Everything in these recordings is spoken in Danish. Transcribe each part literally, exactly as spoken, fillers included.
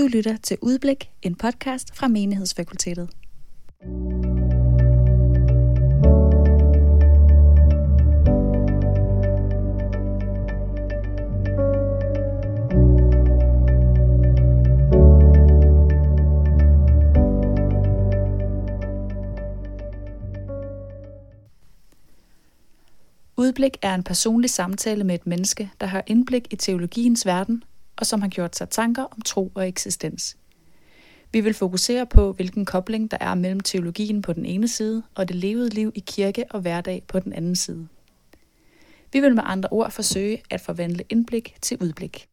Du lytter til Udblik, en podcast fra Menighedsfakultetet. Udblik er en personlig samtale med et menneske, der har indblik i teologiens verden, og som har gjort sig tanker om tro og eksistens. Vi vil fokusere på, hvilken kobling der er mellem teologien på den ene side, og det levede liv i kirke og hverdag på den anden side. Vi vil med andre ord forsøge at forvandle indblik til udblik.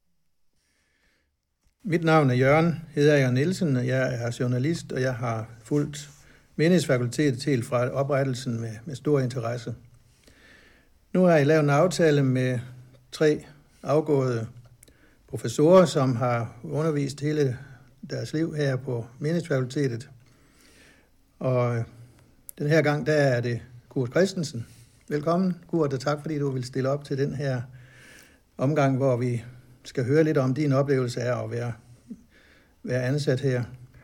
Mit navn er Jørgen, hedder jeg Nielsen, og jeg er journalist, og jeg har fulgt Menighedsfakultetet helt fra oprettelsen med, med stor interesse. Nu har jeg lavet en aftale med tre afgåede professorer, som har undervist hele deres liv her på Menighedsfakultetet. Og den her gang, der er det Kurt Christensen. Velkommen, Kurt, og tak fordi du vil stille op til den her omgang, hvor vi skal høre lidt om din oplevelse af at være, være ansat her.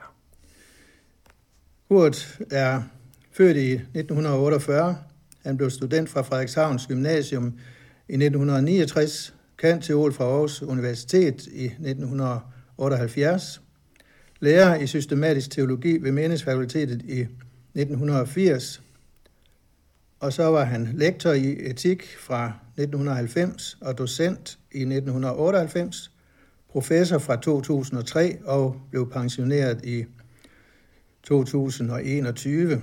Kurt er født i nitten otteogfyrre. Han blev student fra Frederikshavns Gymnasium i nitten niogtres, cand.theol fra Aarhus Universitet i nitten otteoghalvfjerds, lærer i systematisk teologi ved Menighedsfakultetet i nitten firs, og så var han lektor i etik fra nitten halvfems og docent i nitten otteoghalvfems, professor fra to tusind og tre og blev pensioneret i to tusind og enogtyve.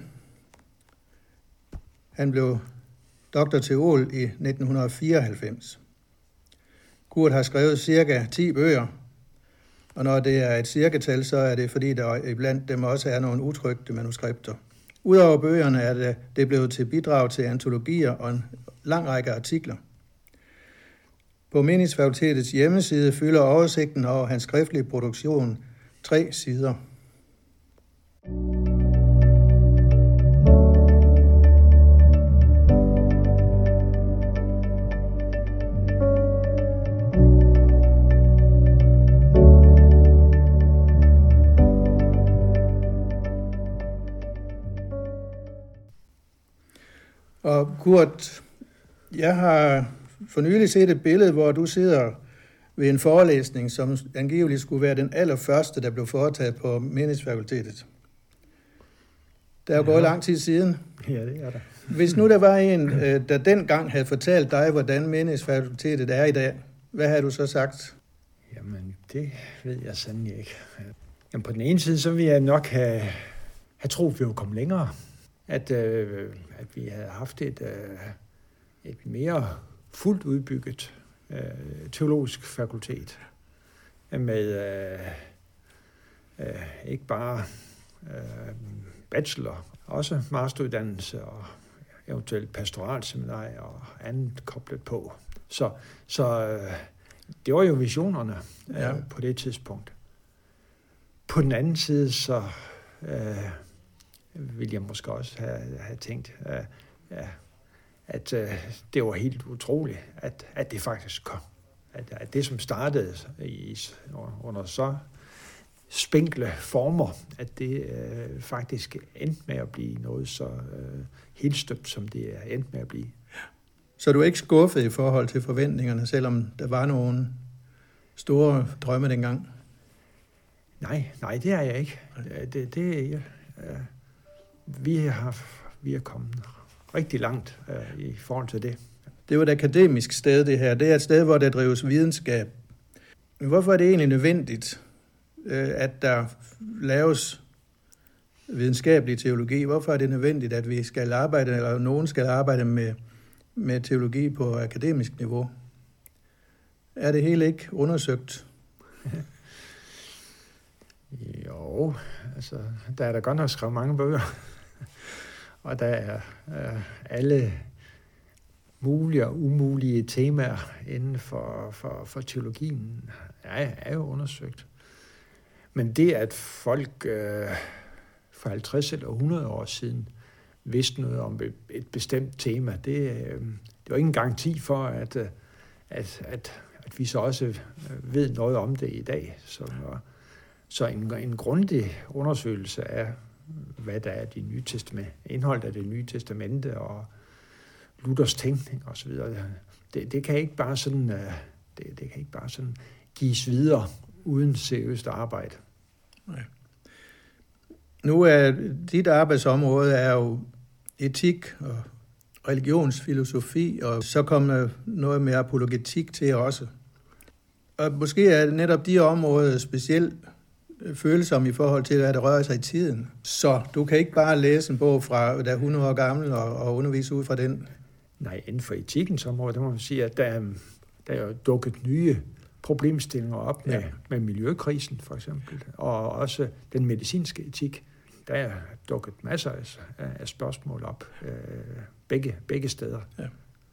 Han blev doktor theol i nitten fireoghalvfems. Kurt har skrevet cirka ti bøger, og når det er et cirkatal, så er det fordi, der iblandt dem også er nogle utrykte manuskripter. Udover bøgerne er det, det blevet til bidrag til antologier og en lang række artikler. På Menighedsfakultetets hjemmeside fylder oversigten over hans skriftlige produktion tre sider. Og Kurt, jeg har for nylig set et billede, hvor du sidder ved en forelæsning, som angiveligt skulle være den allerførste, der blev foretaget på Menighedsfakultetet. Der er jo ja. gået lang tid siden. Ja, det er der. Hvis nu der var en, der dengang havde fortalt dig, hvordan Menighedsfakultetet er i dag, hvad havde du så sagt? Jamen, det ved jeg sandelig ikke. Jamen, på den ene side, så ville jeg nok have, have troet, at vi var kommet længere. At, øh, at vi havde haft et, øh, et mere fuldt udbygget øh, teologisk fakultet med øh, øh, ikke bare øh, bachelor, også masteruddannelse og eventuelt pastoralseminar og andet koblet på. Så, så øh, det var jo visionerne øh, ja. på det tidspunkt. På den anden side, så øh, ville jeg måske også have, have tænkt, uh, ja, at uh, det var helt utroligt, at, at det faktisk kom. At, at det, som startede i, under så spinkle former, at det uh, faktisk endte med at blive noget så uh, helstøbt, som det er endt med at blive. Så du er ikke skuffet i forhold til forventningerne, selvom der var nogle store drømme dengang? Nej, nej, det er jeg ikke. Det, det er jeg. Uh, Vi har, vi er kommet rigtig langt uh, i forhold til det. Det er jo et akademisk sted, det her. Det er et sted, hvor der drives videnskab. Men hvorfor er det egentlig nødvendigt, uh, at der laves videnskabelig teologi? Hvorfor er det nødvendigt, at vi skal arbejde, eller nogen skal arbejde med, med teologi på akademisk niveau? Er det hele ikke undersøgt? Jo, altså, der er der godt nok skrevet mange bøger. Og der er øh, alle mulige og umulige temaer inden for, for, for teologien er, er jo undersøgt. Men det, at folk øh, for halvtreds eller hundrede år siden vidste noget om et, et bestemt tema, det, øh, det var ikke en garanti for, at, at, at, at vi så også ved noget om det i dag. Så, Så en, en grundig undersøgelse af, hvad der er det nye testamente, indholdet af det nye testamente og Luthers tænkning og så videre. Det, det kan ikke bare sådan, det, det kan ikke bare sådan gives videre uden seriøst arbejde. Nej. Nu er dit arbejdsområde er jo etik og religionsfilosofi, og så kommer noget med apologetik til også. Og måske er netop de områder specielt følsomme i forhold til, hvad der rører sig i tiden. Så du kan ikke bare læse en bog fra, der er hundrede år gammel, og, og undervise ud fra den. Nej, inden for etikens område, der må man sige, at der, der er jo dukket nye problemstillinger op med, ja. med miljøkrisen for eksempel, og også den medicinske etik. Der er dukket masser af, af spørgsmål op øh, begge, begge steder. Ja.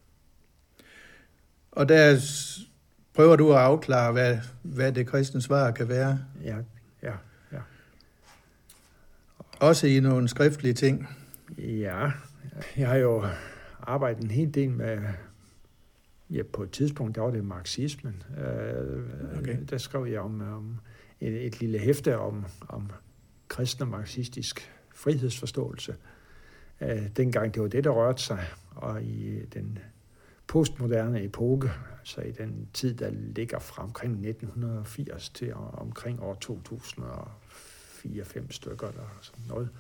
Og der prøver du at afklare, hvad, hvad det kristne svar kan være? Ja, ja, ja. Også i nogle skriftlige ting? Ja, jeg har jo arbejdet en hel del med, ja, på et tidspunkt, der var det marxismen. Okay. Der skrev jeg om, om et, et lille hæfte om, om kristen og marxistisk frihedsforståelse. Dengang det var det, der rørte sig, og i den postmoderne epoke, altså i den tid, der ligger fra omkring nitten firs til omkring år to tusind og fire fem stykker, eller sådan noget,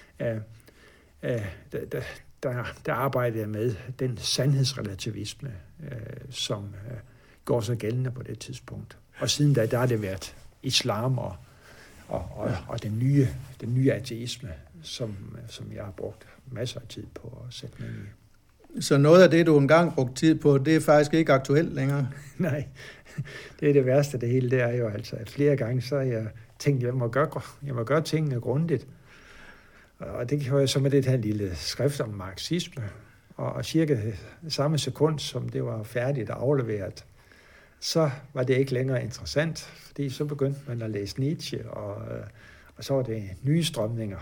der, der, der, der arbejdede jeg med den sandhedsrelativisme, som går så gældende på det tidspunkt. Og siden da, der har det været islam og Og, og, og den nye, den nye ateisme, som, som jeg har brugt masser af tid på at sætte mig i. Så noget af det, du engang brugte tid på, det er faktisk ikke aktuelt længere? Nej, det er det værste det hele. Det er jo altså, at flere gange så har jeg tænkt, at jeg må gøre, jeg må gøre tingene grundigt. Og det kan jeg så med det her lille skrift om marxisme. Og, og cirka samme sekund, som det var færdigt og afleveret, så var det ikke længere interessant, fordi så begyndte man at læse Nietzsche, og, og så var det nye strømninger.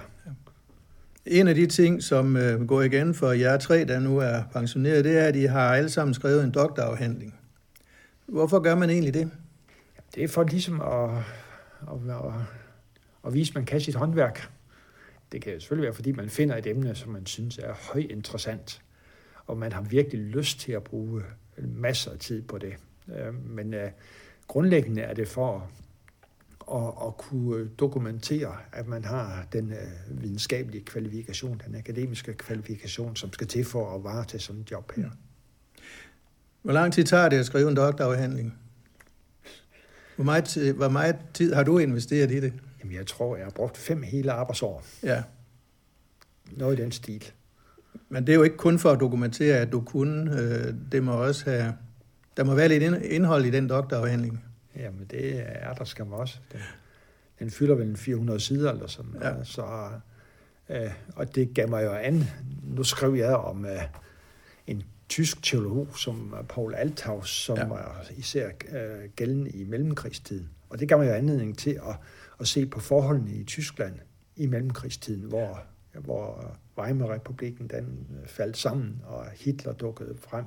En af de ting, som øh, går igen for jer tre, der nu er pensioneret, det er, at I har alle sammen skrevet en doktorafhandling. Hvorfor gør man egentlig det? Det er for ligesom at, at, at, at vise, at man kan sit håndværk. Det kan selvfølgelig være, fordi man finder et emne, som man synes er højt interessant, og man har virkelig lyst til at bruge masser af tid på det. Men uh, grundlæggende er det for at, at kunne dokumentere, at man har den uh, videnskabelige kvalifikation, den akademiske kvalifikation, som skal til for at varetage sådan et job her. Hvor lang tid tager det at skrive en doktorafhandling? Hvor meget, tid, hvor meget tid har du investeret i det? Jamen, jeg tror, jeg har brugt fem hele arbejdsår. Ja. Noget i den stil. Men det er jo ikke kun for at dokumentere, at du kunne. Det må også have... Der må være lidt indhold i den doktorafhandling. Jamen, det er der skam også. Den, den fylder vel fire hundrede sider eller sådan. Ja. Så, øh, og det gav mig jo an. Nu skrev jeg om øh, en tysk teolog, som Paul Althaus, som ja. var især øh, gældende i mellemkrigstiden. Og det gav mig jo anledning til at, at se på forholdene i Tyskland i mellemkrigstiden, hvor, hvor Weimar-republikken den faldt sammen, og Hitler dukkede frem.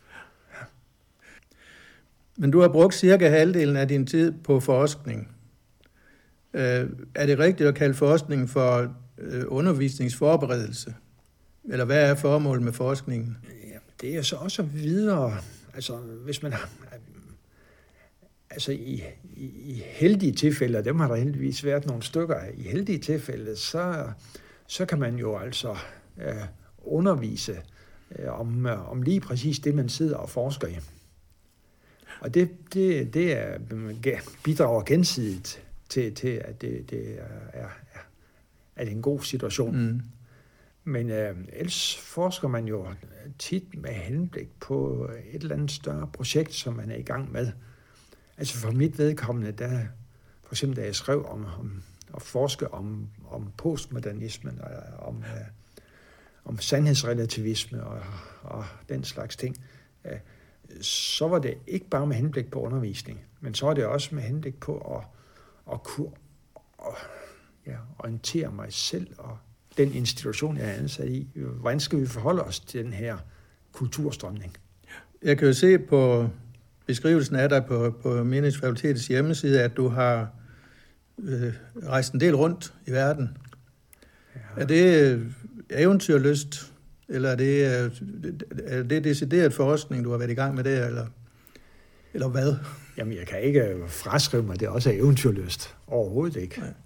Men du har brugt cirka halvdelen af din tid på forskning. Øh, er det rigtigt at kalde forskning for øh, undervisningsforberedelse? Eller hvad er formålet med forskningen? Ja, det er så også videre. Altså, hvis man har... Altså, i, i, i heldige tilfælde, og dem har der heldigvis været nogle stykker af, i heldige tilfælde, så, så kan man jo altså øh, undervise øh, om, om lige præcis det, man sidder og forsker i. Og det, det, det er, bidrager gensidigt til, til at det, det er, er, er en god situation. Mm. Men øh, ellers forsker man jo tit med henblik på et eller andet større projekt, som man er i gang med. Altså for mit vedkommende, der, for eksempel da jeg skrev om, om at forske om, om postmodernismen, og om, øh, om sandhedsrelativisme og, og den slags ting, øh, så var det ikke bare med henblik på undervisning, men så var det også med henblik på at, at kunne at, ja, orientere mig selv og den institution, jeg er ansat i. Hvordan skal vi forholde os til den her kulturstrømning? Jeg kan jo se på beskrivelsen af dig på, på Menighedsfakultetets hjemmeside, at du har øh, rejst en del rundt i verden. Ja. Er det øh, eventyrlyst, eller er det, øh, er det decideret forskning, du har været i gang med det, eller, eller hvad? Jamen, jeg kan ikke fraskrive mig, det også er eventyrlyst. Overhovedet ikke. Ja.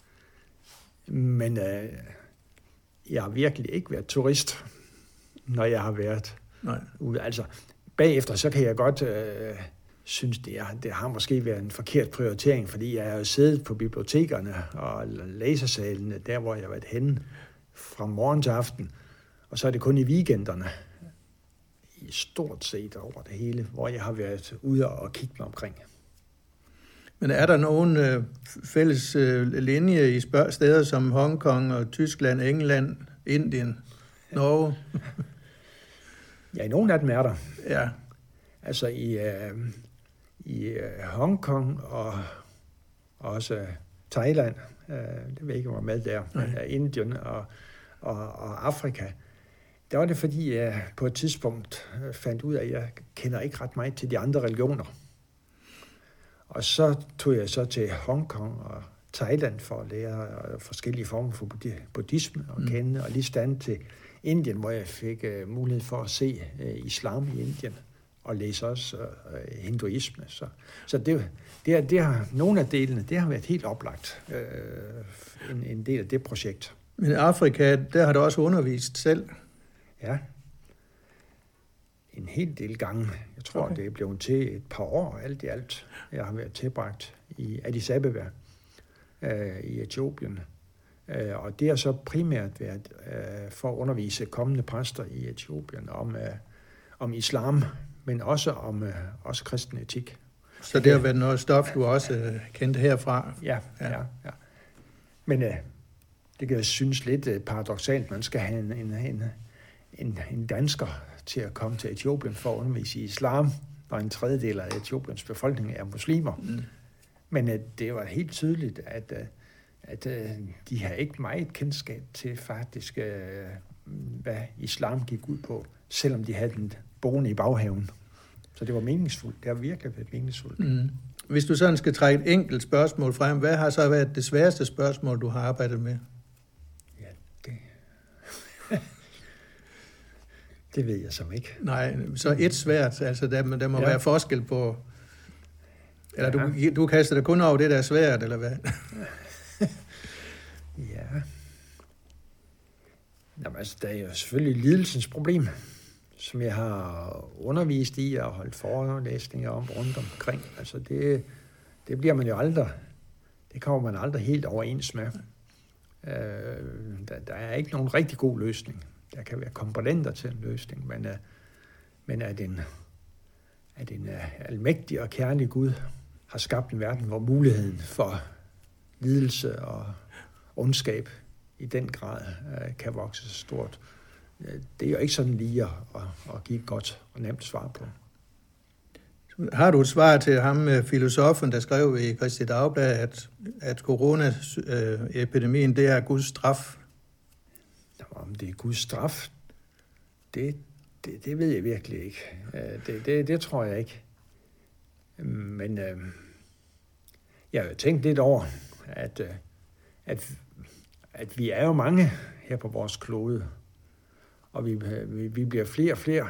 Men øh, jeg har virkelig ikke været turist, når jeg har været Nej. ude. Altså, bagefter, så kan jeg godt øh, synes, det, er, det har måske været en forkert prioritering, fordi jeg har jo siddet på bibliotekerne og læsersalene, der hvor jeg har været henne fra morgen til aften, og så er det kun i weekenderne, i stort set over det hele, hvor jeg har været ude og kigge mig omkring. Men er der nogen øh, fælles øh, linje i spørg- steder som Hongkong og Tyskland, England, Indien, Norge? Ja, i nogle af dem er der. Ja. Altså i, øh, i øh, Hongkong og også Thailand, øh, det ved jeg ikke, om jeg var med der, men øh, Indien og, og, og Afrika, der var det, fordi jeg på et tidspunkt fandt ud af, at jeg kender ikke ret meget til de andre religioner. Og så tog jeg så til Hongkong og Thailand for at lære forskellige former for buddhisme og mm. kende, og lige stand til Indien, hvor jeg fik uh, mulighed for at se uh, islam i Indien, og læse også uh, hinduisme. Så, så det, det, er, det har, nogle af delene, det har været helt oplagt, uh, en, en del af det projekt. Men i Afrika, der har du også undervist selv? Ja, en hel del gange. Jeg tror, okay. det er blevet til et par år, alt i alt. Jeg har været tilbragt i Addis Abeba øh, i Etiopien. Øh, og det har så primært været øh, for at undervise kommende præster i Etiopien om, øh, om islam, men også om øh, også kristen etik. Så det har været noget stof, du også øh, kendte herfra? Ja, ja, ja. ja. Men øh, det kan jeg synes lidt øh, paradoksalt, man skal have en, en, en, en, en dansker til at komme til Etiopien for at undervise i islam, og en tredjedel af Etiopiens befolkning er muslimer. Mm. Men uh, det var helt tydeligt, at, uh, at uh, de har ikke meget kendskab til faktisk, uh, hvad islam gik ud på, selvom de havde den boende i baghaven. Så det var meningsfuldt. Det har virkelig været meningsfuldt. Mm. Hvis du sådan skal trække et enkelt spørgsmål frem, hvad har så været det sværeste spørgsmål, du har arbejdet med? Ja, det... Det ved jeg som ikke. Nej, så et svært, altså der, der må ja. være forskel på, eller ja. du, du kaster dig kun over det, der er svært, eller hvad? Ja. Jamen, altså, der er jo selvfølgelig lidelsens problem, som jeg har undervist i og holdt forelæsninger om rundt omkring. Altså det, det bliver man jo aldrig, det kommer man aldrig helt overens med. Øh, der, der er ikke nogen rigtig god løsning. Der kan være komponenter til en løsning, men, uh, men at en, at en uh, almægtig og kærlig Gud har skabt en verden, hvor muligheden for lidelse og ondskab i den grad uh, kan vokse så stort. Uh, det er jo ikke sådan lige at, at, at give et godt og nemt svar på. Har du et svar til ham, filosofen, der skrev i Kristi Dagblad, at, at coronaepidemien, det er Guds straf? Om det er Guds straf, det, det, det ved jeg virkelig ikke. Det, det, det tror jeg ikke. Men øh, jeg har jo tænkt lidt over, at, at, at vi er jo mange her på vores klode, og vi, vi, vi bliver flere og flere.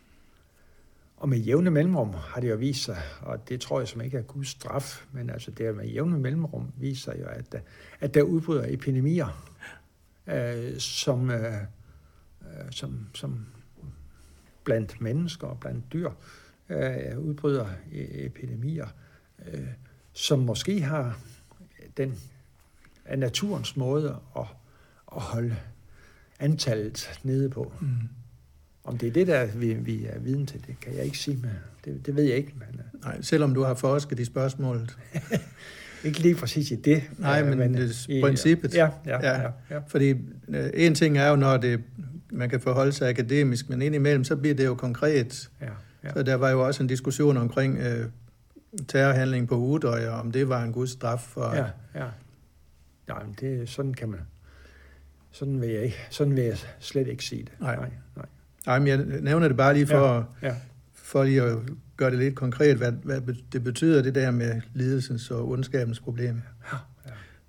Og med jævne mellemrum har det jo vist sig, og det tror jeg som ikke er Guds straf, men altså det med jævne mellemrum viser jo, at, at der udbryder epidemier, Øh, som, øh, som, som blandt mennesker og blandt dyr øh, udbryder epidemier, øh, som måske har den af naturens måde at, at holde antallet nede på. Mm. Om det er det, der vi, vi er viden til, det kan jeg ikke sige, men det, det ved jeg ikke. Men, Nej, selvom du har forsket i spørgsmålet. Ikke lige præcis i det. Nej, men, men det i princippet. Ja, ja, ja, ja, ja. Fordi øh, en ting er jo, når det, man kan forholde sig akademisk, men indimellem, så bliver det jo konkret. Ja, ja. Så der var jo også en diskussion omkring øh, terrorhandling på Udøya, om det var en Guds straf. For, ja, ja. Nej, men det, sådan kan man... Sådan vil jeg ikke. Sådan vil jeg slet ikke sige det. Nej, nej. nej. nej men jeg nævner det bare lige for, ja, ja. for lige at gøre det lidt konkret, hvad, hvad det betyder, det der med lidelsens og ondskabens problem. Ja,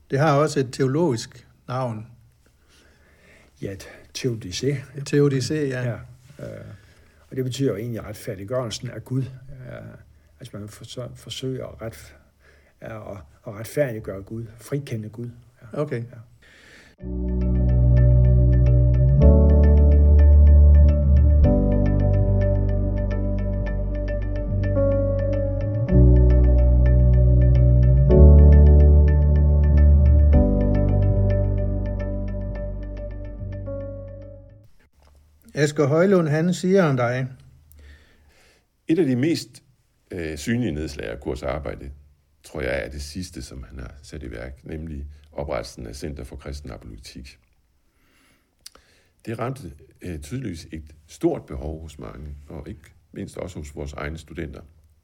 Det har også et teologisk navn. Ja, teodicé. Teodicé, ja. ja øh, og det betyder jo egentlig retfærdiggørelsen af Gud. Øh, altså man forsøger, forsøger at, ret, at, at retfærdiggøre Gud, frikende Gud. Ja. Okay. Ja. Asger Højlund, han siger om dig. Et af de mest øh, synlige nedslag af Kurts arbejde, tror jeg, er det sidste, som han har sat i værk, nemlig oprettelsen af Center for Kristen Apologetik. Det ramte øh, tydeligvis et stort behov hos mange, og ikke mindst også hos vores egne studenter.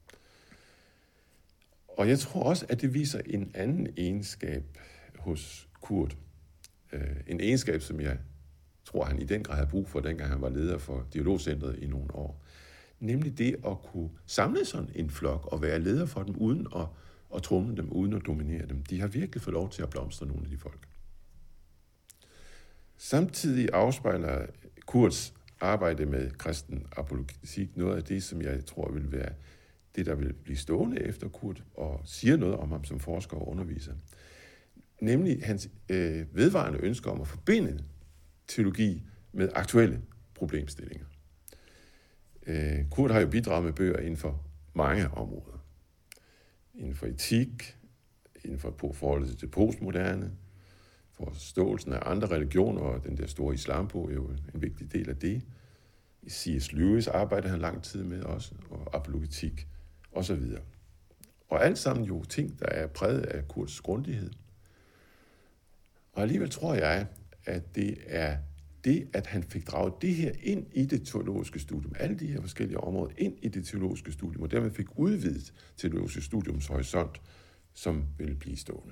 Og jeg tror også, at det viser en anden egenskab hos Kurt. Øh, en egenskab, som jeg tror, han i den grad havde brug for, dengang han var leder for Dialogcentret i nogle år. Nemlig det at kunne samle sådan en flok og være leder for dem, uden at, at trumle dem, uden at dominere dem. De har virkelig fået lov til at blomstre, nogle af de folk. Samtidig afspejler Kurts arbejde med kristen apologetik noget af det, som jeg tror vil være det, der vil blive stående efter Kurt, og siger noget om ham som forsker og underviser. Nemlig hans øh, vedvarende ønsker om at forbinde teologi med aktuelle problemstillinger. Øh, Kurt har jo bidraget med bøger inden for mange områder. Inden for etik, inden for forholdet til det postmoderne, forståelsen af andre religioner, og den der store islambog er jo en vigtig del af det. I C S Lewis arbejder han lang tid med også, og apologetik osv. Og alt sammen jo ting, der er præget af Kurts grundighed. Og alligevel tror jeg, at det er det, at han fik draget det her ind i det teologiske studium, alle de her forskellige områder ind i det teologiske studium, og dermed fik udvidet teologiske studiums horisont, som vil blive stående.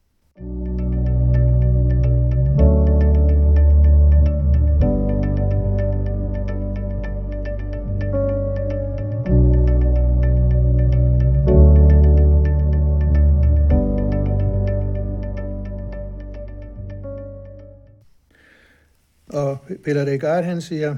Og Peter Descartes, han siger,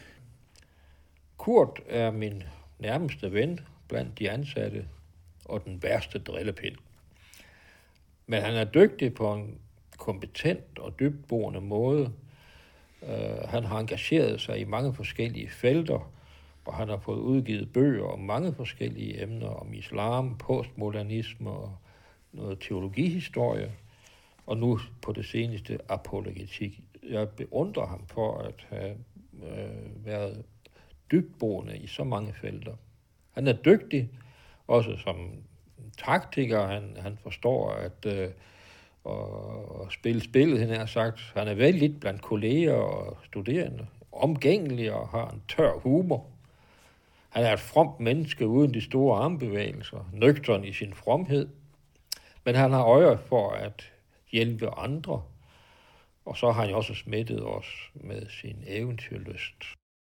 Kurt er min nærmeste ven blandt de ansatte og den værste drillepind. Men han er dygtig på en kompetent og dybtborende måde. Uh, han har engageret sig i mange forskellige felter, og han har fået udgivet bøger om mange forskellige emner, om islam, postmodernisme og noget teologihistorie, og nu på det seneste apologetik. Jeg beundrer ham for at have øh, været dybtborende i så mange felter. Han er dygtig, også som taktiker. Han, han forstår at øh, og, og spille spillet, han har sagt. Han er vældig blandt kolleger og studerende, omgængelig og har en tør humor. Han er et fromt menneske uden de store armbevægelser, nøgtern i sin fromhed, men han har øje for at hjælpe andre. Og så har han jo også smittet os med sin eventyrlyst.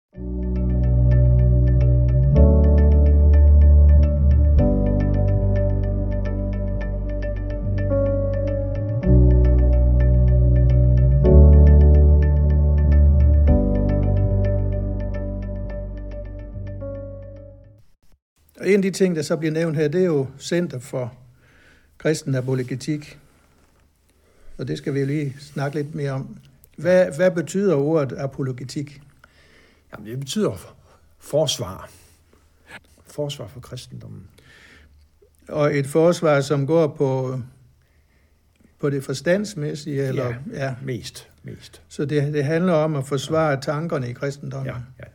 Og en af de ting, der så bliver nævnt her, det er jo Center for Kristen Apologetik. Og det skal vi jo lige snakke lidt mere om. Hvad, hvad betyder ordet apologetik? Jamen, det betyder forsvar. Forsvar for kristendommen. Og et forsvar, som går på, på det forstandsmæssige? Eller? Ja, ja, mest. mest. Så det, det handler om at forsvare tankerne i kristendommen? Ja, ja.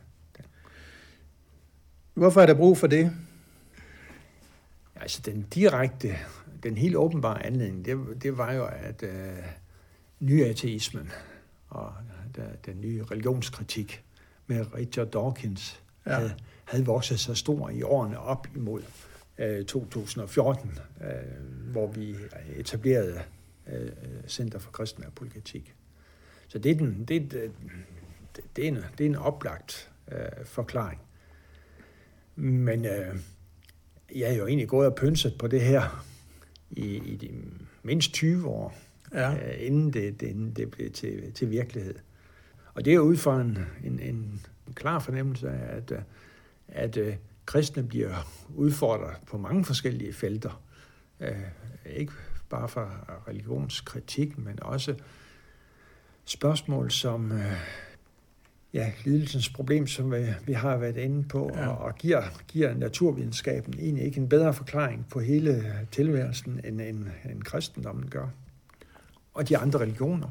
Hvorfor er der brug for det? Altså, den direkte, den helt åbenbare anledning, det, det var jo, at øh, nyateismen og der, den nye religionskritik med Richard Dawkins ja. havde, havde vokset så stor i årene op imod øh, to tusind og fjorten, øh, hvor vi etablerede øh, Center for Kristen Apologetik. Så det er, den, det, det, det er, en, det er en oplagt øh, forklaring. Men øh, jeg er jo egentlig gået og pynset på det her i, i de mindst tyve år. ja. øh, inden, det, det, inden det blev til, til virkelighed. Og det er ud fra en, en, en klar fornemmelse af, at, at, at kristne bliver udfordret på mange forskellige felter. Øh, ikke bare fra religionskritik, men også spørgsmål som øh, ja, lidelsens problem, som vi, vi har været inde på, ja. og, og giver, giver naturvidenskaben egentlig ikke en bedre forklaring på hele tilværelsen, end, end, end kristendommen gør. Og de andre religioner.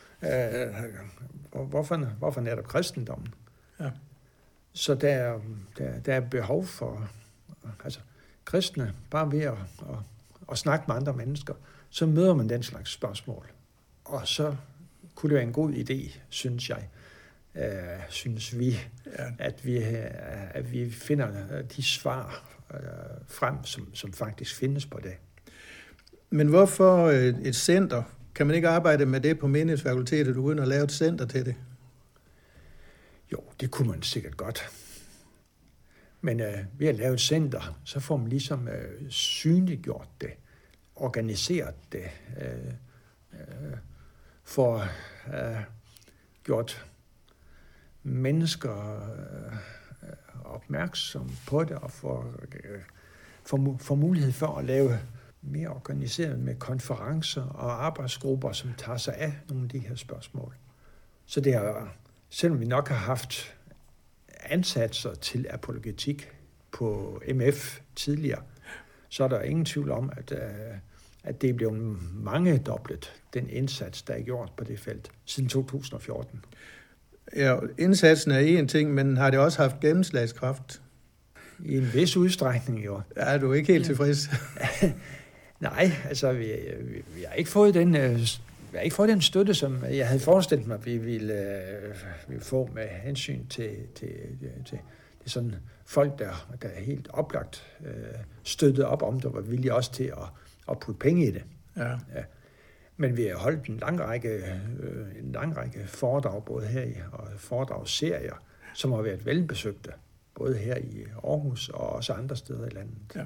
Øh, hvorfor, hvorfor netop kristendommen? Ja. Så der, der, der er behov for, altså kristne, bare ved at, at, at snakke med andre mennesker, så møder man den slags spørgsmål. Og så kunne det være en god idé, synes jeg, øh, synes vi, ja. at vi, at vi finder de svar øh, frem, som, som faktisk findes på det. Men hvorfor et center? Kan man ikke arbejde med det på menighedsfakultetet uden at lave et center til det? Jo, det kunne man sikkert godt. Men øh, ved at lave et center, så får man ligesom øh, synliggjort det, organiseret det, øh, øh, får øh, gjort mennesker øh, opmærksom på det, og får, øh, får, får mulighed for at lave mere organiseret med konferencer og arbejdsgrupper, som tager sig af nogle af de her spørgsmål. Så det er, selvom vi nok har haft ansatser til apologetik på M F tidligere, så er der ingen tvivl om, at, at det er blevet mangedoblet, den indsats, der er gjort på det felt, siden to tusind og fjorten. Ja, indsatsen er en ting, men har det også haft gennemslagskraft? I en vis udstrækning, jo. Er du ikke helt tilfreds? Nej, altså vi, vi, vi har ikke fået den, øh, vi har ikke fået den støtte, som jeg havde forestillet mig, at vi ville, øh, ville få med hensyn til, til, til, til, til sådan folk, der, der er helt oplagt øh, støttet op om det, og var villige også til at, at putte penge i det. Ja. Ja. Men vi har holdt en lang række, øh, en lang række foredrag, både her i, og foredragsserier, som har været velbesøgte, både her i Aarhus og også andre steder i landet. Ja.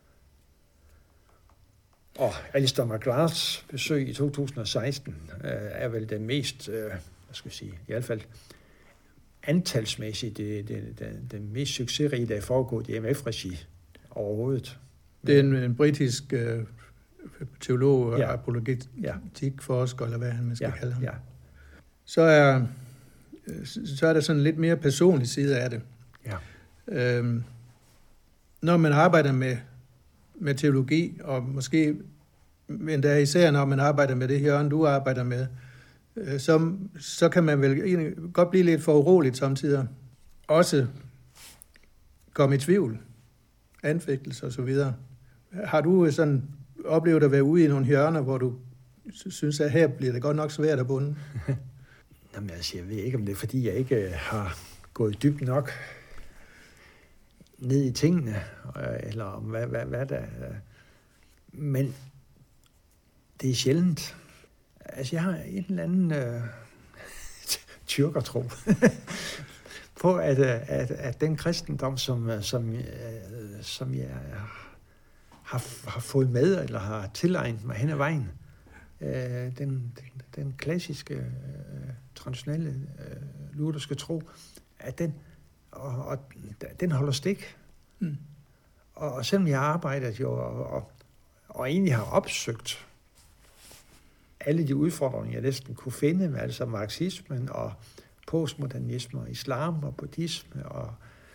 Og Alistair McGraths besøg i to tusind og seksten øh, er vel det mest, øh, hvad skal jeg sige, i hvert fald antalsmæssigt, det, det, det, det mest succesrige, der er foregået i M F-regi overhovedet. Det er en, en britisk øh, teolog og ja. apologetikforsker, eller hvad man skal ja. kalde ham. Ja. Så, er, så er der sådan en lidt mere personlig side af det. Ja. Øhm, når man arbejder med med teologi, og måske endda især når man arbejder med det hjørne, du arbejder med, så, så kan man vel egentlig godt blive lidt for uroligt samtidig. Også komme i tvivl, anfægtelse og så videre. Har du sådan oplevet at være ude i nogle hjørner, hvor du synes, at her bliver det godt nok svært at bunde? Jamen altså, jeg ved ikke, om det er, fordi jeg ikke har gået dybt nok ned i tingene, eller om hvad, hvad, hvad der er. Men det er sjældent. Altså, jeg har en eller anden øh, tyrkertro på, at, at, at den kristendom, som, som, øh, som jeg har, har fået med, eller har tilegnet mig hen ad vejen, øh, den, den, den klassiske, øh, traditionelle øh, lutherske tro, at den Og, og den holder stik. Mm. Og, og selvom jeg har arbejdet jo, og, og, og egentlig har opsøgt alle de udfordringer, jeg næsten kunne finde, med altså marxismen og postmodernisme og islam og buddhisme og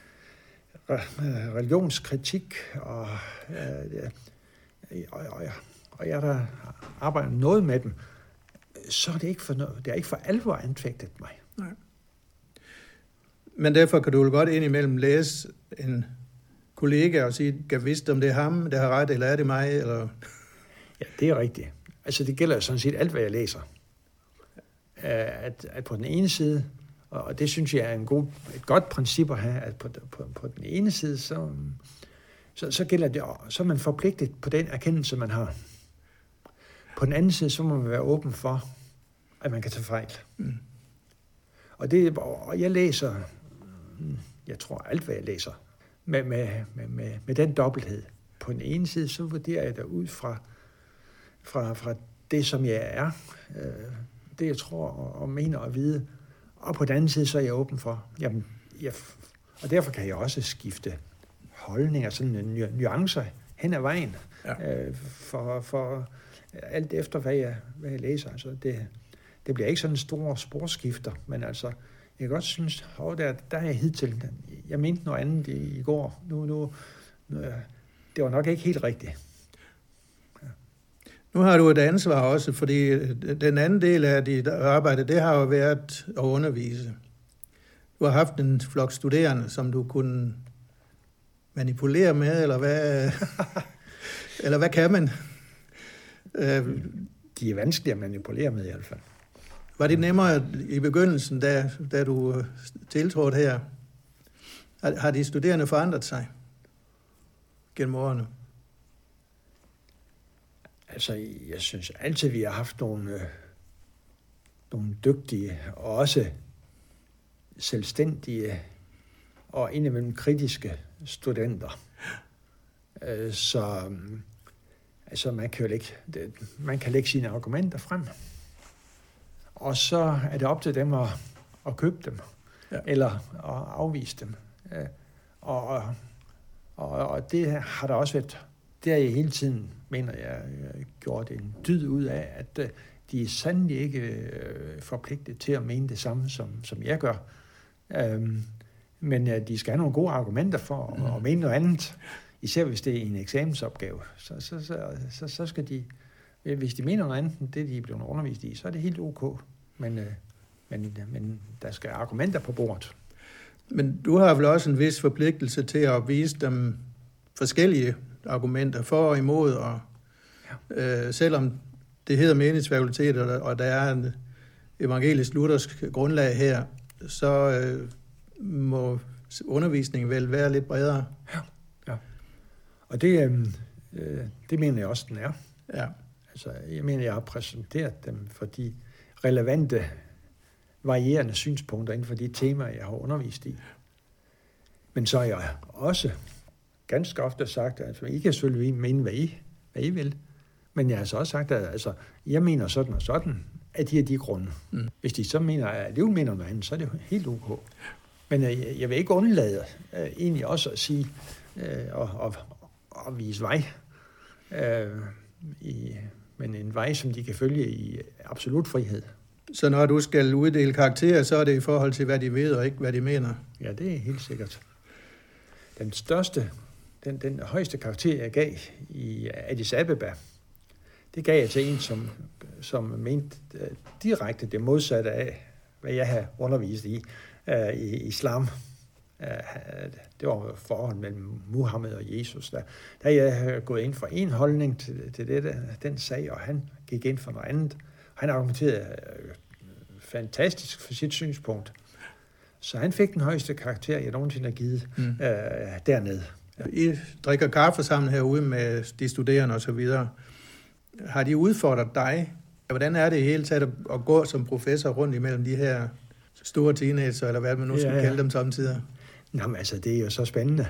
religionskritik og, øh, og, og, og jeg der arbejder noget med dem, så er det ikke for, det er ikke for alvor anfægtet mig. Nej. Men derfor kan du jo godt indimellem læse en kollega og sige, kan vidste om det er ham, der har ret, eller er det mig? Eller? Ja, det er rigtigt. Altså det gælder sådan set alt, hvad jeg læser. At, at på den ene side, og det synes jeg er en god, et godt princip at have, at på, på, på den ene side, så, så, så gælder det, så er man forpligtet på den erkendelse, man har. På den anden side, så må man være åben for, at man kan tage fejl. Mm. Og, det, og jeg læser, jeg tror alt, hvad jeg læser, med, med, med, med, med den dobbelthed. På den ene side, så vurderer jeg det ud fra, fra, fra det, som jeg er, øh, det jeg tror og, og mener at vide. Og på den anden side, så er jeg åben for, jamen, jeg, og derfor kan jeg også skifte holdninger, sådan nuancer hen ad vejen, ja. øh, for, for alt efter, hvad jeg, hvad jeg læser. Altså, det, det bliver ikke sådan en stor sporskifter, men altså, jeg kan godt synes, at der, der er jeg hidtil. Jeg mente noget andet i, i går. Nu, nu, nu, det var nok ikke helt rigtigt. Ja. Nu har du et ansvar også, fordi den anden del af dit arbejde, det har jo været at undervise. Du har haft en flok studerende, som du kunne manipulere med, eller hvad, eller hvad kan man? De er vanskelige at manipulere med i hvert fald. Var det nemmere i begyndelsen, da, da du tiltrådte her? Har, har de studerende forandret sig gennem årene? Altså, jeg synes altid, vi har haft nogle, øh, nogle dygtige og også selvstændige og indimellem kritiske studenter. Øh, så altså, man kan jo lægge, det, man kan lægge sine argumenter frem. Og så er det op til dem at, at købe dem, ja. Eller at afvise dem. Og, og, og det har der også været, det har jeg hele tiden, mener jeg, gjort en dyd ud af, at de er sandelig ikke forpligtet til at mene det samme, som, som jeg gør. Men de skal have nogle gode argumenter for at, at mene noget andet, især hvis det er en eksamensopgave. Så, så, så, så, så skal de, hvis de mener noget andet end det, de er blevet undervist i, så er det helt ok. Men, men, men der skal argumenter på bordet. Men du har vel også en vis forpligtelse til at vise dem forskellige argumenter for og imod, og ja. øh, selvom det hedder menighedsfakultet, og, og der er en evangelisk-luthersk grundlag her, så øh, må undervisningen vel være lidt bredere. Ja, ja. Og det, øh, det mener jeg også, den er. Ja. Altså, jeg mener, jeg har præsenteret dem for de relevante, varierende synspunkter inden for de temaer, jeg har undervist i. Men så har jeg også ganske ofte sagt, at I kan selvfølgelig mene, hvad I, hvad I vil. Men jeg har så også sagt, at altså, jeg mener sådan og sådan, at de er de grunde. Mm. Hvis de så mener, at alligevel mener noget andet, så er det jo helt ok. Men jeg, jeg vil ikke undlade uh, egentlig også at sige uh, og, og, og vise vej. Uh, i, men en vej, som de kan følge i absolut frihed. Så når du skal uddele karakterer, så er det i forhold til, hvad de ved, og ikke hvad de mener? Ja, det er helt sikkert. Den største, den, den højeste karakter, jeg gav i Addis Abeba, det gav jeg til en, som, som mente uh, direkte det modsatte af, hvad jeg har undervist i, uh, i islam. Uh, det var forholdet mellem Muhammed og Jesus. Der, der jeg gået ind for en holdning til, til det, den sag, og han gik ind for noget andet. Han argumenterede uh, fantastisk for sit synspunkt. Så han fik den højeste karakter, jeg nogensinde har givet mm. uh, dernede. Ja. I drikker kaffe sammen herude med de studerende og så videre. Har de udfordret dig? Hvordan er det i hele taget at gå som professor rundt imellem de her store teenager, eller hvad man nu skal ja, ja. kalde dem samtidig? Jamen altså, det er jo så spændende.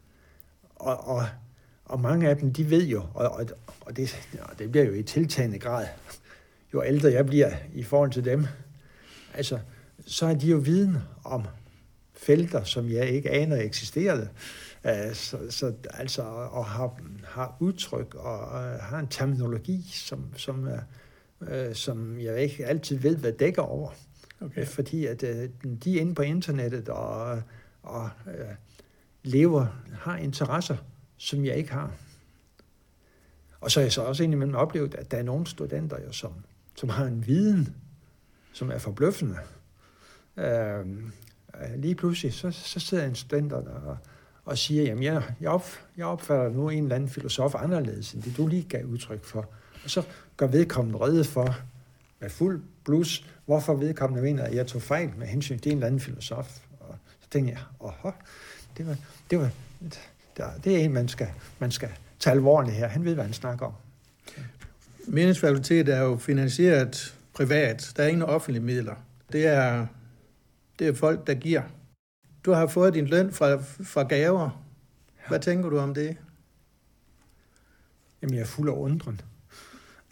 Og, og, og mange af dem, de ved jo, og, og, og, det, og det bliver jo i tiltagende grad, jo ældre jeg bliver i forhold til dem, altså, så har de jo viden om felter, som jeg ikke aner eksisterede. Så, så, altså, og har, har udtryk og uh, har en terminologi, som, som, uh, som jeg ikke altid ved, hvad dækker over. Okay. Fordi at, uh, de er inde på internettet og, og uh, lever, har interesser, som jeg ikke har. Og så har jeg så også indimellem oplevet, at der er nogle studenter, jo, som, som har en viden, som er forbløffende. Uh, lige pludselig, så, så sidder en student og og siger, jamen jeg, jeg, op, jeg opfatter nu en eller anden filosof anderledes, end det du lige gav udtryk for. Og så gør vedkommende rede for, med fuld blus, hvorfor vedkommende mener, at jeg tog fejl med hensyn til en eller anden filosof. Og så tænkte jeg, åh, det var, det var, det er en, man skal, man skal tage alvorligt her. Han ved, hvad han snakker om. Menighedsfakultetet er jo finansieret privat. Der er ingen offentlige midler. Det er, det er folk, der giver. Du har fået din løn fra, fra gaver. Hvad ja. tænker du om det? Jamen, jeg er fuld af undren.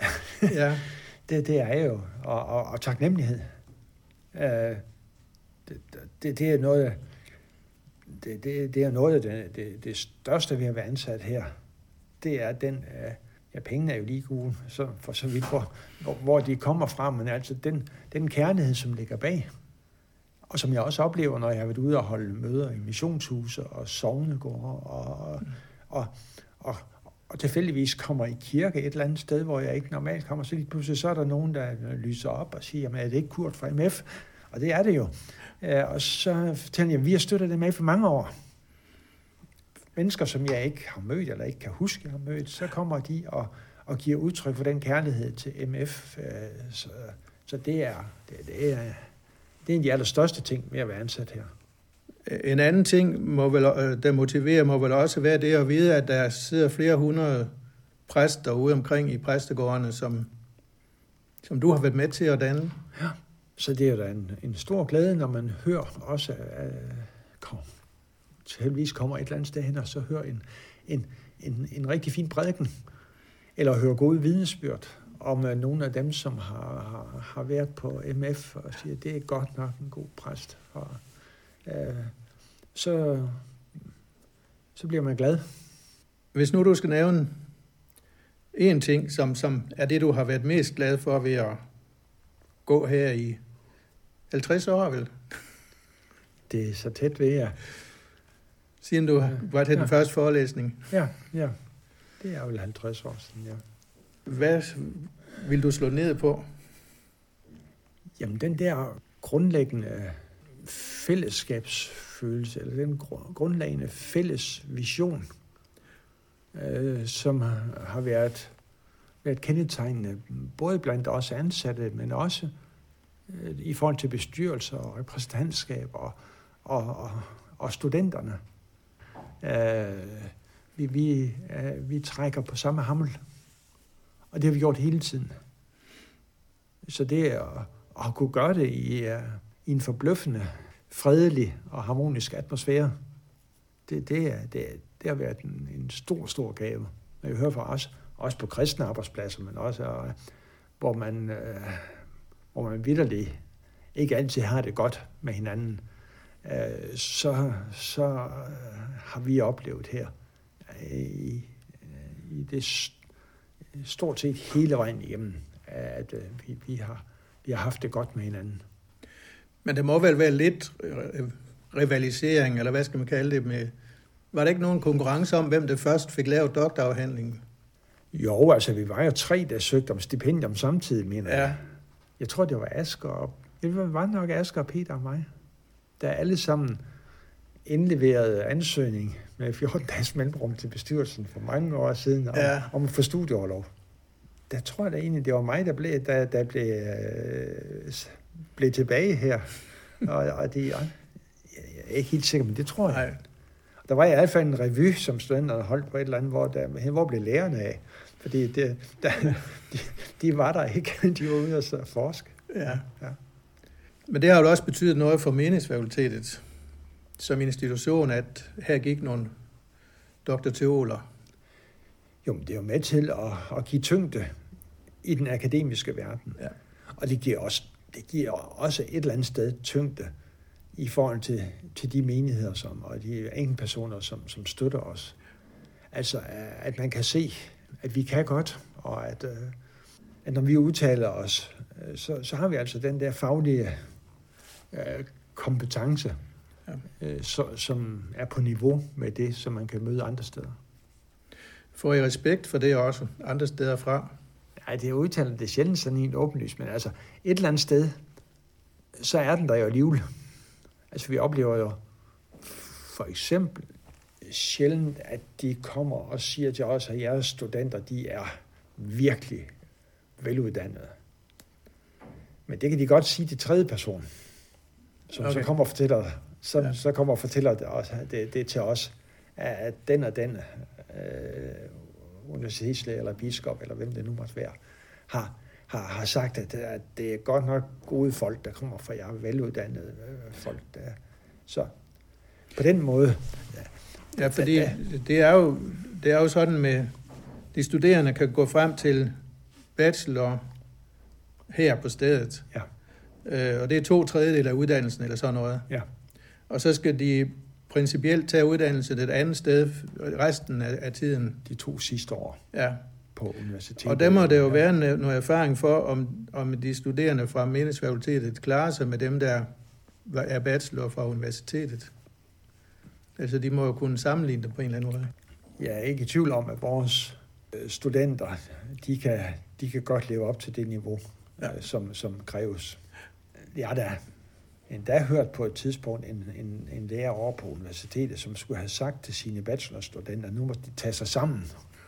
Ja. det, det er jo, og, og, og taknemmelighed. Uh, det, det, det er noget, det, det, det er noget af det, det, det største ved at være ansat her. Det er den, uh, ja, pengene er jo lige gode, så for så vidt, hvor, hvor, hvor de kommer fra, men altså den, den kærlighed, som ligger bag, og som jeg også oplever, når jeg har været ude og holde møder i missionshuse og sognegårde, og, og, og, og tilfældigvis kommer i kirke et eller andet sted, hvor jeg ikke normalt kommer, så lige pludselig så er der nogen, der lyser op og siger, jamen er det ikke Kurt fra M F? Og det er det jo. Og så fortæller jeg, at vi har støttet dem af for mange år. Mennesker, som jeg ikke har mødt, eller ikke kan huske, jeg har mødt, så kommer de og, og giver udtryk for den kærlighed til M F. Så, så det er... Det, det er Det er en af de allerstørste ting med at være ansat her. En anden ting, må vel, der motiverer, må vel også være det at vide, at der sidder flere hundrede præster ude omkring i præstegårdene, som, som du har været med til at danne. Ja, så det er da en, en stor glæde, når man hører også, at kom, tilheldigvis kommer et eller andet sted hen, og så hører en, en, en, en rigtig fin prædiken, eller hører gode vidnesbyrd om nogle af dem, som har, har, har været på M F og siger, det er godt nok en god præst. Og, øh, så, så bliver man glad. Hvis nu du skal nævne en ting, som, som er det, du har været mest glad for ved at gå her i halvtreds år, vel? Det er så tæt ved, ja. Siden du var til den ja. første forelæsning. Ja, ja. Det er vel halvtreds år siden, ja. Hvad vil du slå ned på? Jamen, den der grundlæggende fællesskabsfølelse, eller den grundlæggende fælles vision, øh, som har været, været kendetegnende, både blandt os ansatte, men også øh, i forhold til bestyrelser og repræsentantskab og, og, og, og studenterne. Øh, vi, vi, øh, vi trækker på samme hammel. Og det har vi gjort hele tiden. Så det at, at kunne gøre det i, uh, i en forbløffende, fredelig og harmonisk atmosfære, det, det, er, det, det har været en, en stor, stor gave. Og jeg hører fra os, også på kristne arbejdspladser, men også uh, hvor man, uh, hvor man vitterligt ikke altid har det godt med hinanden, uh, så, så uh, har vi oplevet her uh, i, uh, i det stort set hele vejen igennem, at øh, vi, vi, har, vi har haft det godt med hinanden. Men det må vel være lidt rivalisering, eller hvad skal man kalde det? Med, var der ikke nogen konkurrence om, hvem det først fik lavet doktorafhandlingen? Jo, altså vi var jo tre, der søgte om stipendium samtidig, mener jeg. Ja. Jeg tror, det var Asger og... Det var nok Asger og Peter og mig, der alle sammen indleverede ansøgning med fjorten dages mellemrum til bestyrelsen for mange år siden om, ja. om at få studieoverlov. Der tror jeg da egentlig, det var mig, der blev, der, der blev, øh, blev tilbage her. og, og det, jeg er ikke helt sikker, men det tror jeg. Nej. Der var i hvert fald en revy, som studenterne holdt på et eller andet, hvor, der, hvor blev lærerne af? Fordi det, der, de, de var der ikke. De var ude og forske. Ja. Ja. Men det har jo også betydet noget for menighedsfakultetet som institution, at her gik nogle doktorteoler. Jo, men det er jo med til at, at give tyngde i den akademiske verden. Ja. Og det giver, også, det giver også et eller andet sted tyngde i forhold til, til de menigheder som, og de enkelte personer, som, som støtter os. Altså, at man kan se, at vi kan godt, og at, at når vi udtaler os, så, så har vi altså den der faglige øh, kompetence, ja. øh, så, som er på niveau med det, som man kan møde andre steder. Får I respekt for det også andre steder fra? Nej, det er udtalt, det er sjældent sådan en åbenlyst, men altså et eller andet sted, så er den der jo alligevel. Altså vi oplever jo for eksempel sjældent, at de kommer og siger til os, at jeres studenter, de er virkelig veluddannede. Men det kan de godt sige til tredje person, som okay. så kommer og fortæller, som ja. så kommer og fortæller det, også, det, det til os, at den og den øh, universitetslæge eller biskop, eller hvem det nu måtte være, har, har, har sagt, at, at det er godt nok gode folk, der kommer fra jer, veluddannede folk. Der. Så på den måde... Ja, fordi det er jo, det er jo sådan med, de studerende kan gå frem til bachelor her på stedet. Ja. Øh, og det er to tredjedel af uddannelsen eller sådan noget. Ja. Og så skal de principielt tage uddannelse et andet sted resten af, af tiden. De to sidste år Ja. på universitetet. Og der må det jo være noget erfaring for, om, om de studerende fra menighedsfakultetet klarer sig med dem, der er bachelor fra universitetet. Altså, de må jo kunne sammenligne det på en eller anden måde. Jeg er ikke i tvivl om, at vores studenter, de kan, de kan godt leve op til det niveau, ja. som, som kræves. Jeg har da endda hørt på et tidspunkt en, en, en lærer over på universitetet, som skulle have sagt til sine bachelorstudenter, at nu må de tage sig sammen.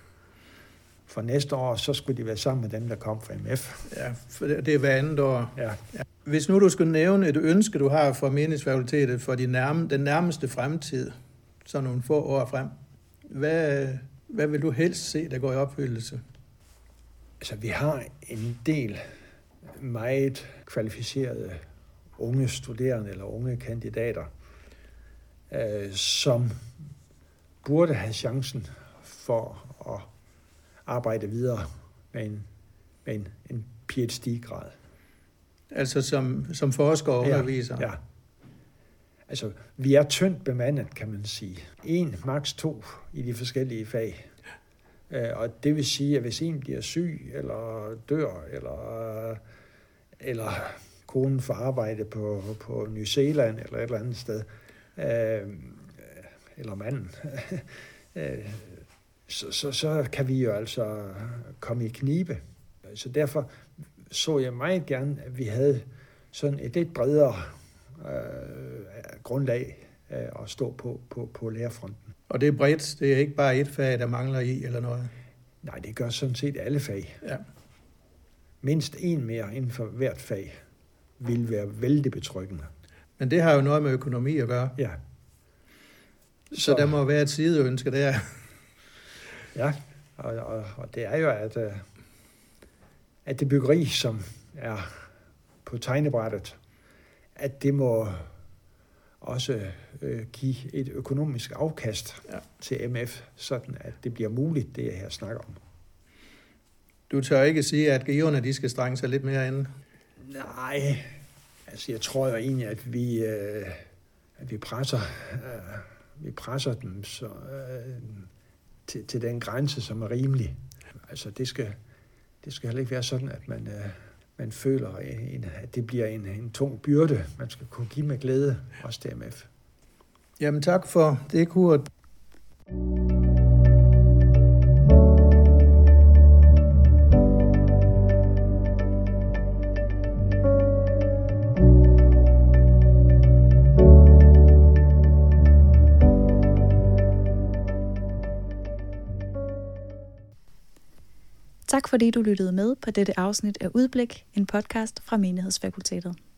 For næste år, så skulle de være sammen med dem, der kom fra M F. Ja, for det er hver andet år. Ja. Ja. Hvis nu du skulle nævne et ønske, du har for menighedsfakultetet for de nærme, den nærmeste fremtid, så nogle få år frem, hvad, hvad vil du helst se, der går i opfyldelse? Altså, vi har en del meget kvalificerede unge studerende eller unge kandidater, øh, som burde have chancen for at arbejde videre med en, med en, en P H D-grad. Altså som, som forsker og underviser? Ja, ja. Altså, vi er tyndt bemandet, kan man sige. En, maks to i de forskellige fag. Og det vil sige, at hvis en bliver syg, eller dør, eller, eller konen får arbejde på, på New Zealand, eller et eller andet sted, øh, eller manden, øh, så, så, så kan vi jo altså komme i knibe. Så derfor så jeg meget gerne, at vi havde sådan et lidt bredere øh, grundlag øh, at stå på, på, på lærerfronten. Og det er bredt, det er ikke bare et fag, der mangler i, eller noget? Nej, det gør sådan set alle fag. Ja. Mindst en mere inden for hvert fag vil være vældig betryggende. Men det har jo noget med økonomi at gøre. Ja. Så, så der må være et sideønske der. Ja, og, og, og det er jo, at, at det byggeri, som er på tegnebrættet, at det må også øh, give et økonomisk afkast ja. til M F, sådan at det bliver muligt, det jeg her snakker om. Du tør ikke sige, at giverne de skal strenge sig lidt mere ind? Nej, altså jeg tror jo egentlig, at vi, øh, at vi presser, øh, vi presser dem så, øh, til, til den grænse, som er rimelig. Altså det skal, det skal heller ikke være sådan, at man, øh, man føler, en, at det bliver en, en tung byrde, man skal kunne give med glæde, også til M F. Jamen tak for det, Kurt. Tak fordi du lyttede med på dette afsnit af Udblik, en podcast fra Menighedsfakultetet.